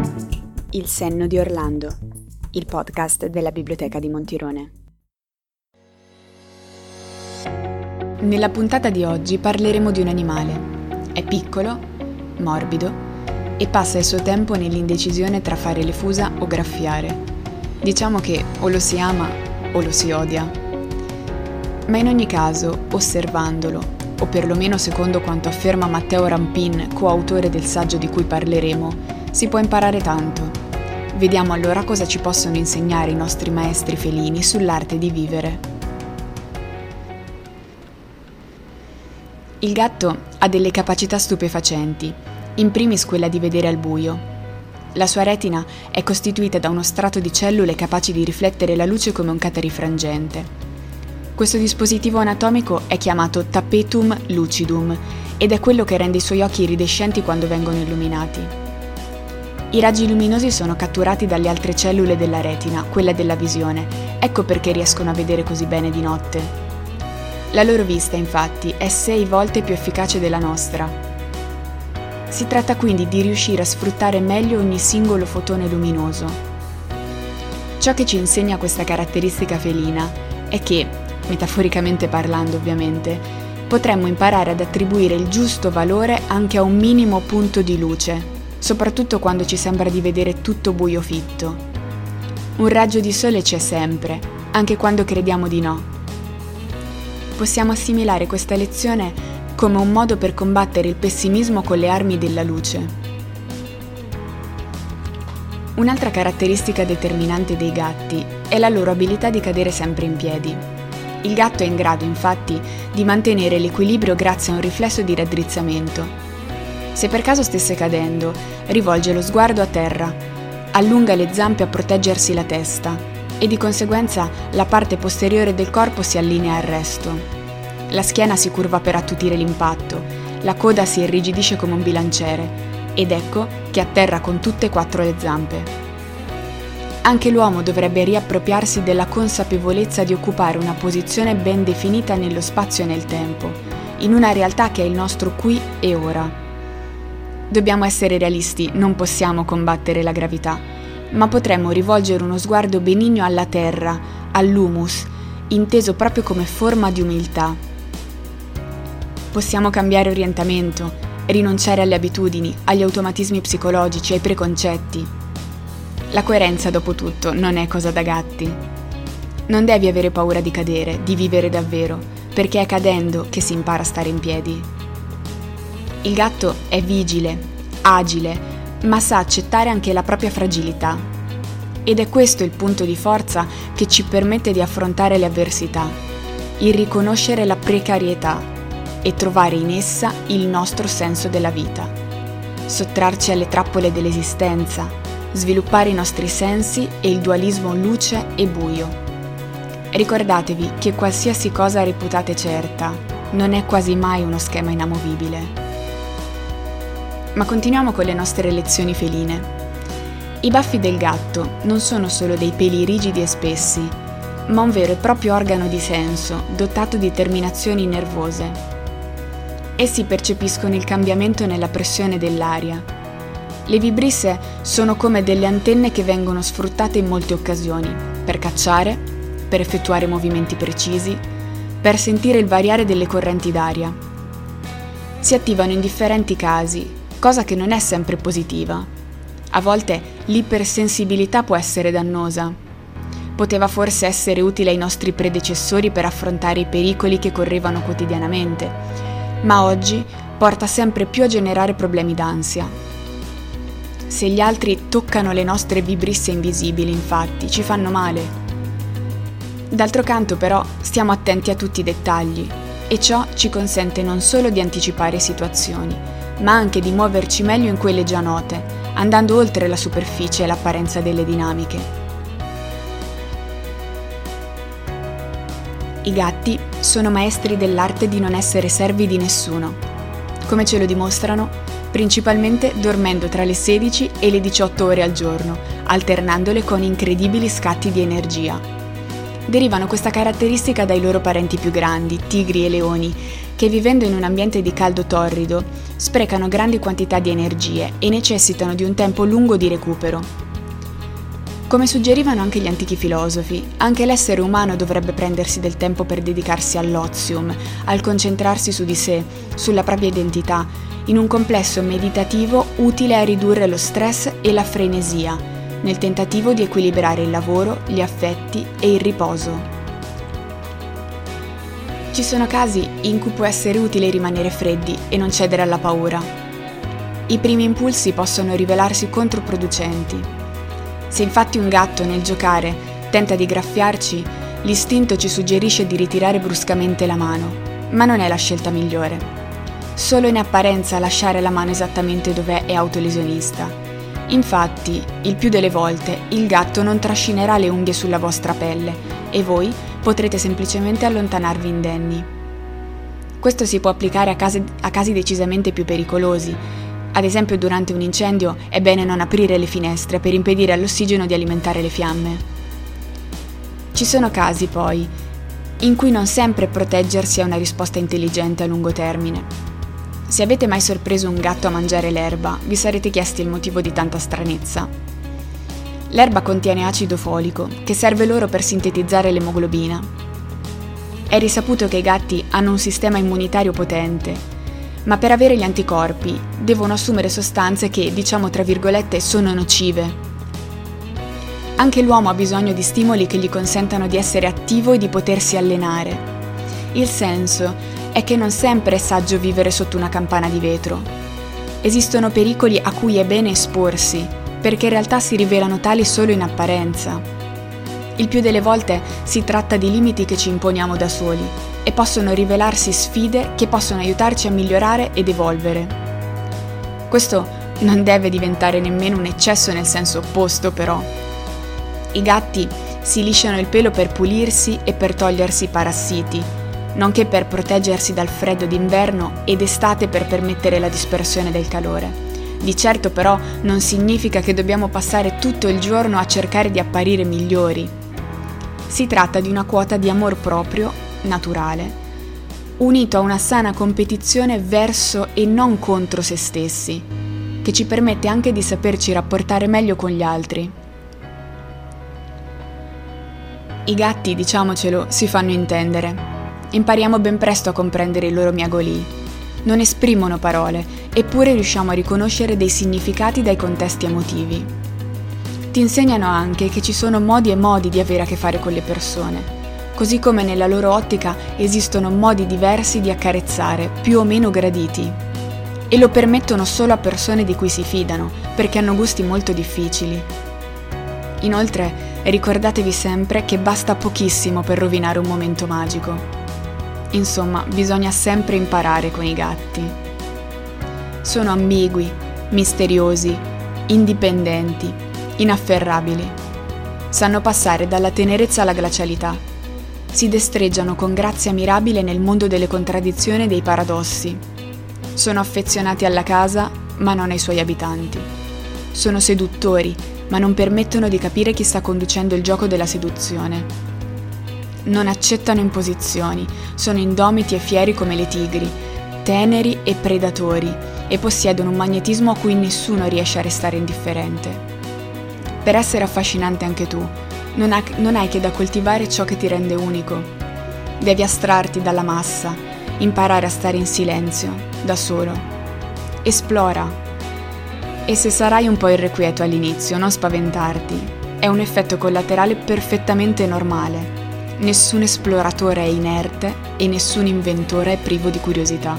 Il senno di Orlando, il podcast della Biblioteca di Montirone. Nella puntata di oggi parleremo di un animale. È piccolo, morbido e passa il suo tempo nell'indecisione tra fare le fusa o graffiare. Diciamo che o lo si ama o lo si odia. Ma in ogni caso, osservandolo, o perlomeno secondo quanto afferma Matteo Rampin, coautore del saggio di cui parleremo, si può imparare tanto. Vediamo allora cosa ci possono insegnare i nostri maestri felini sull'arte di vivere. Il gatto ha delle capacità stupefacenti, in primis quella di vedere al buio. La sua retina è costituita da uno strato di cellule capaci di riflettere la luce come un catarifrangente. Questo dispositivo anatomico è chiamato tapetum lucidum ed è quello che rende i suoi occhi iridescenti quando vengono illuminati. I raggi luminosi sono catturati dalle altre cellule della retina, quella della visione, ecco perché riescono a vedere così bene di notte. La loro vista, infatti, è 6 volte più efficace della nostra. Si tratta quindi di riuscire a sfruttare meglio ogni singolo fotone luminoso. Ciò che ci insegna questa caratteristica felina è che, metaforicamente parlando ovviamente, potremmo imparare ad attribuire il giusto valore anche a un minimo punto di luce, soprattutto quando ci sembra di vedere tutto buio fitto. Un raggio di sole c'è sempre, anche quando crediamo di no. Possiamo assimilare questa lezione come un modo per combattere il pessimismo con le armi della luce. Un'altra caratteristica determinante dei gatti è la loro abilità di cadere sempre in piedi. Il gatto è in grado, infatti, di mantenere l'equilibrio grazie a un riflesso di raddrizzamento. Se per caso stesse cadendo, rivolge lo sguardo a terra, allunga le zampe a proteggersi la testa e di conseguenza la parte posteriore del corpo si allinea al resto. La schiena si curva per attutire l'impatto, la coda si irrigidisce come un bilanciere ed ecco che atterra con tutte e 4 le zampe. Anche l'uomo dovrebbe riappropriarsi della consapevolezza di occupare una posizione ben definita nello spazio e nel tempo, in una realtà che è il nostro qui e ora. Dobbiamo essere realisti, non possiamo combattere la gravità, ma potremmo rivolgere uno sguardo benigno alla terra, all'humus, inteso proprio come forma di umiltà. Possiamo cambiare orientamento, rinunciare alle abitudini, agli automatismi psicologici, ai preconcetti. La coerenza, dopo tutto, non è cosa da gatti. Non devi avere paura di cadere, di vivere davvero, perché è cadendo che si impara a stare in piedi. Il gatto è vigile, agile, ma sa accettare anche la propria fragilità. Ed è questo il punto di forza che ci permette di affrontare le avversità, il riconoscere la precarietà e trovare in essa il nostro senso della vita, sottrarci alle trappole dell'esistenza, sviluppare i nostri sensi e il dualismo luce e buio. Ricordatevi che qualsiasi cosa reputate certa non è quasi mai uno schema inamovibile. Ma continuiamo con le nostre lezioni feline. I baffi del gatto non sono solo dei peli rigidi e spessi, ma un vero e proprio organo di senso, dotato di terminazioni nervose. Essi percepiscono il cambiamento nella pressione dell'aria. Le vibrisse sono come delle antenne che vengono sfruttate in molte occasioni, per cacciare, per effettuare movimenti precisi, per sentire il variare delle correnti d'aria. Si attivano in differenti casi, cosa che non è sempre positiva. A volte l'ipersensibilità può essere dannosa. Poteva forse essere utile ai nostri predecessori per affrontare i pericoli che correvano quotidianamente, ma oggi porta sempre più a generare problemi d'ansia. Se gli altri toccano le nostre vibrisse invisibili, infatti, ci fanno male. D'altro canto, però, stiamo attenti a tutti i dettagli, e ciò ci consente non solo di anticipare situazioni, ma anche di muoverci meglio in quelle già note, andando oltre la superficie e l'apparenza delle dinamiche. I gatti sono maestri dell'arte di non essere servi di nessuno. Come ce lo dimostrano? Principalmente dormendo tra le 16 e le 18 ore al giorno, alternandole con incredibili scatti di energia. derivano questa caratteristica dai loro parenti più grandi, tigri e leoni, che vivendo in un ambiente di caldo torrido, sprecano grandi quantità di energie e necessitano di un tempo lungo di recupero. Come suggerivano anche gli antichi filosofi, anche l'essere umano dovrebbe prendersi del tempo per dedicarsi all'ozium, al concentrarsi su di sé, sulla propria identità, in un complesso meditativo utile a ridurre lo stress e la frenesia, nel tentativo di equilibrare il lavoro, gli affetti e il riposo. Ci sono casi in cui può essere utile rimanere freddi e non cedere alla paura. I primi impulsi possono rivelarsi controproducenti. Se infatti un gatto nel giocare tenta di graffiarci, l'istinto ci suggerisce di ritirare bruscamente la mano, ma non è la scelta migliore. Solo in apparenza lasciare la mano esattamente dov'è è autolesionista. Infatti, il più delle volte, il gatto non trascinerà le unghie sulla vostra pelle e voi potrete semplicemente allontanarvi indenni. Questo si può applicare a casi decisamente più pericolosi. Ad esempio, durante un incendio è bene non aprire le finestre per impedire all'ossigeno di alimentare le fiamme. Ci sono casi, poi, in cui non sempre proteggersi è una risposta intelligente a lungo termine. Se avete mai sorpreso un gatto a mangiare l'erba, vi sarete chiesti il motivo di tanta stranezza. L'erba contiene acido folico, che serve loro per sintetizzare l'emoglobina. È risaputo che i gatti hanno un sistema immunitario potente, ma per avere gli anticorpi devono assumere sostanze che, diciamo tra virgolette, sono nocive. Anche l'uomo ha bisogno di stimoli che gli consentano di essere attivo e di potersi allenare. Il senso è che non sempre è saggio vivere sotto una campana di vetro. Esistono pericoli a cui è bene esporsi, perché in realtà si rivelano tali solo in apparenza. Il più delle volte si tratta di limiti che ci imponiamo da soli e possono rivelarsi sfide che possono aiutarci a migliorare ed evolvere. Questo non deve diventare nemmeno un eccesso nel senso opposto, però. I gatti si lisciano il pelo per pulirsi e per togliersi i parassiti, nonché per proteggersi dal freddo d'inverno ed estate per permettere la dispersione del calore. Di certo però non significa che dobbiamo passare tutto il giorno a cercare di apparire migliori. Si tratta di una quota di amor proprio naturale, unito a una sana competizione verso e non contro se stessi, che ci permette anche di saperci rapportare meglio con gli altri. I gatti, diciamocelo, si fanno intendere. Impariamo ben presto a comprendere i loro miagolii. Non esprimono parole, eppure riusciamo a riconoscere dei significati dai contesti emotivi. Ti insegnano anche che ci sono modi e modi di avere a che fare con le persone, così come nella loro ottica esistono modi diversi di accarezzare, più o meno graditi. E lo permettono solo a persone di cui si fidano, perché hanno gusti molto difficili. Inoltre, ricordatevi sempre che basta pochissimo per rovinare un momento magico. Insomma, bisogna sempre imparare con i gatti. Sono ambigui, misteriosi, indipendenti, inafferrabili. Sanno passare dalla tenerezza alla glacialità. Si destreggiano con grazia mirabile nel mondo delle contraddizioni e dei paradossi. Sono affezionati alla casa, ma non ai suoi abitanti. Sono seduttori, ma non permettono di capire chi sta conducendo il gioco della seduzione. Non accettano imposizioni, sono indomiti e fieri come le tigri, teneri e predatori, e possiedono un magnetismo a cui nessuno riesce a restare indifferente. Per essere affascinante anche tu, non hai che da coltivare ciò che ti rende unico. Devi astrarti dalla massa, imparare a stare in silenzio, da solo. Esplora. E se sarai un po' irrequieto all'inizio, non spaventarti. È un effetto collaterale perfettamente normale. Nessun esploratore è inerte e nessun inventore è privo di curiosità.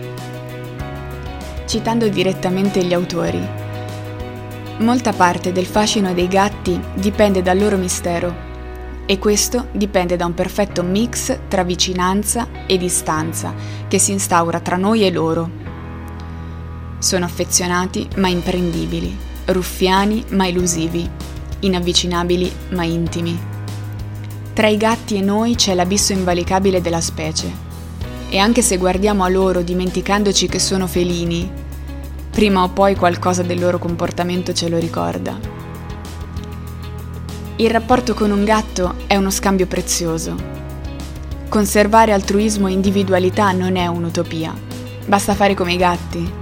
Citando direttamente gli autori, molta parte del fascino dei gatti dipende dal loro mistero, e questo dipende da un perfetto mix tra vicinanza e distanza che si instaura tra noi e loro. Sono affezionati ma imprendibili, ruffiani ma elusivi, inavvicinabili ma intimi. Tra i gatti e noi c'è l'abisso invalicabile della specie, e anche se guardiamo a loro dimenticandoci che sono felini, prima o poi qualcosa del loro comportamento ce lo ricorda. Il rapporto con un gatto è uno scambio prezioso. Conservare altruismo e individualità non è un'utopia. Basta fare come i gatti.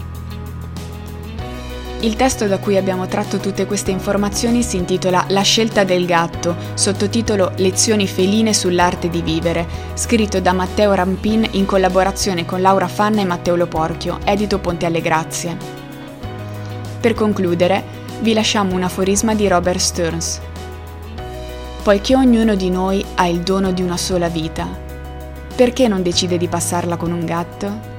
Il testo da cui abbiamo tratto tutte queste informazioni si intitola La scelta del gatto, sottotitolo Lezioni feline sull'arte di vivere, scritto da Matteo Rampin in collaborazione con Laura Fanna e Matteo Loporchio, edito Ponte alle Grazie. Per concludere, vi lasciamo un aforisma di Robert Stearns. Poiché ognuno di noi ha il dono di una sola vita, perché non decide di passarla con un gatto?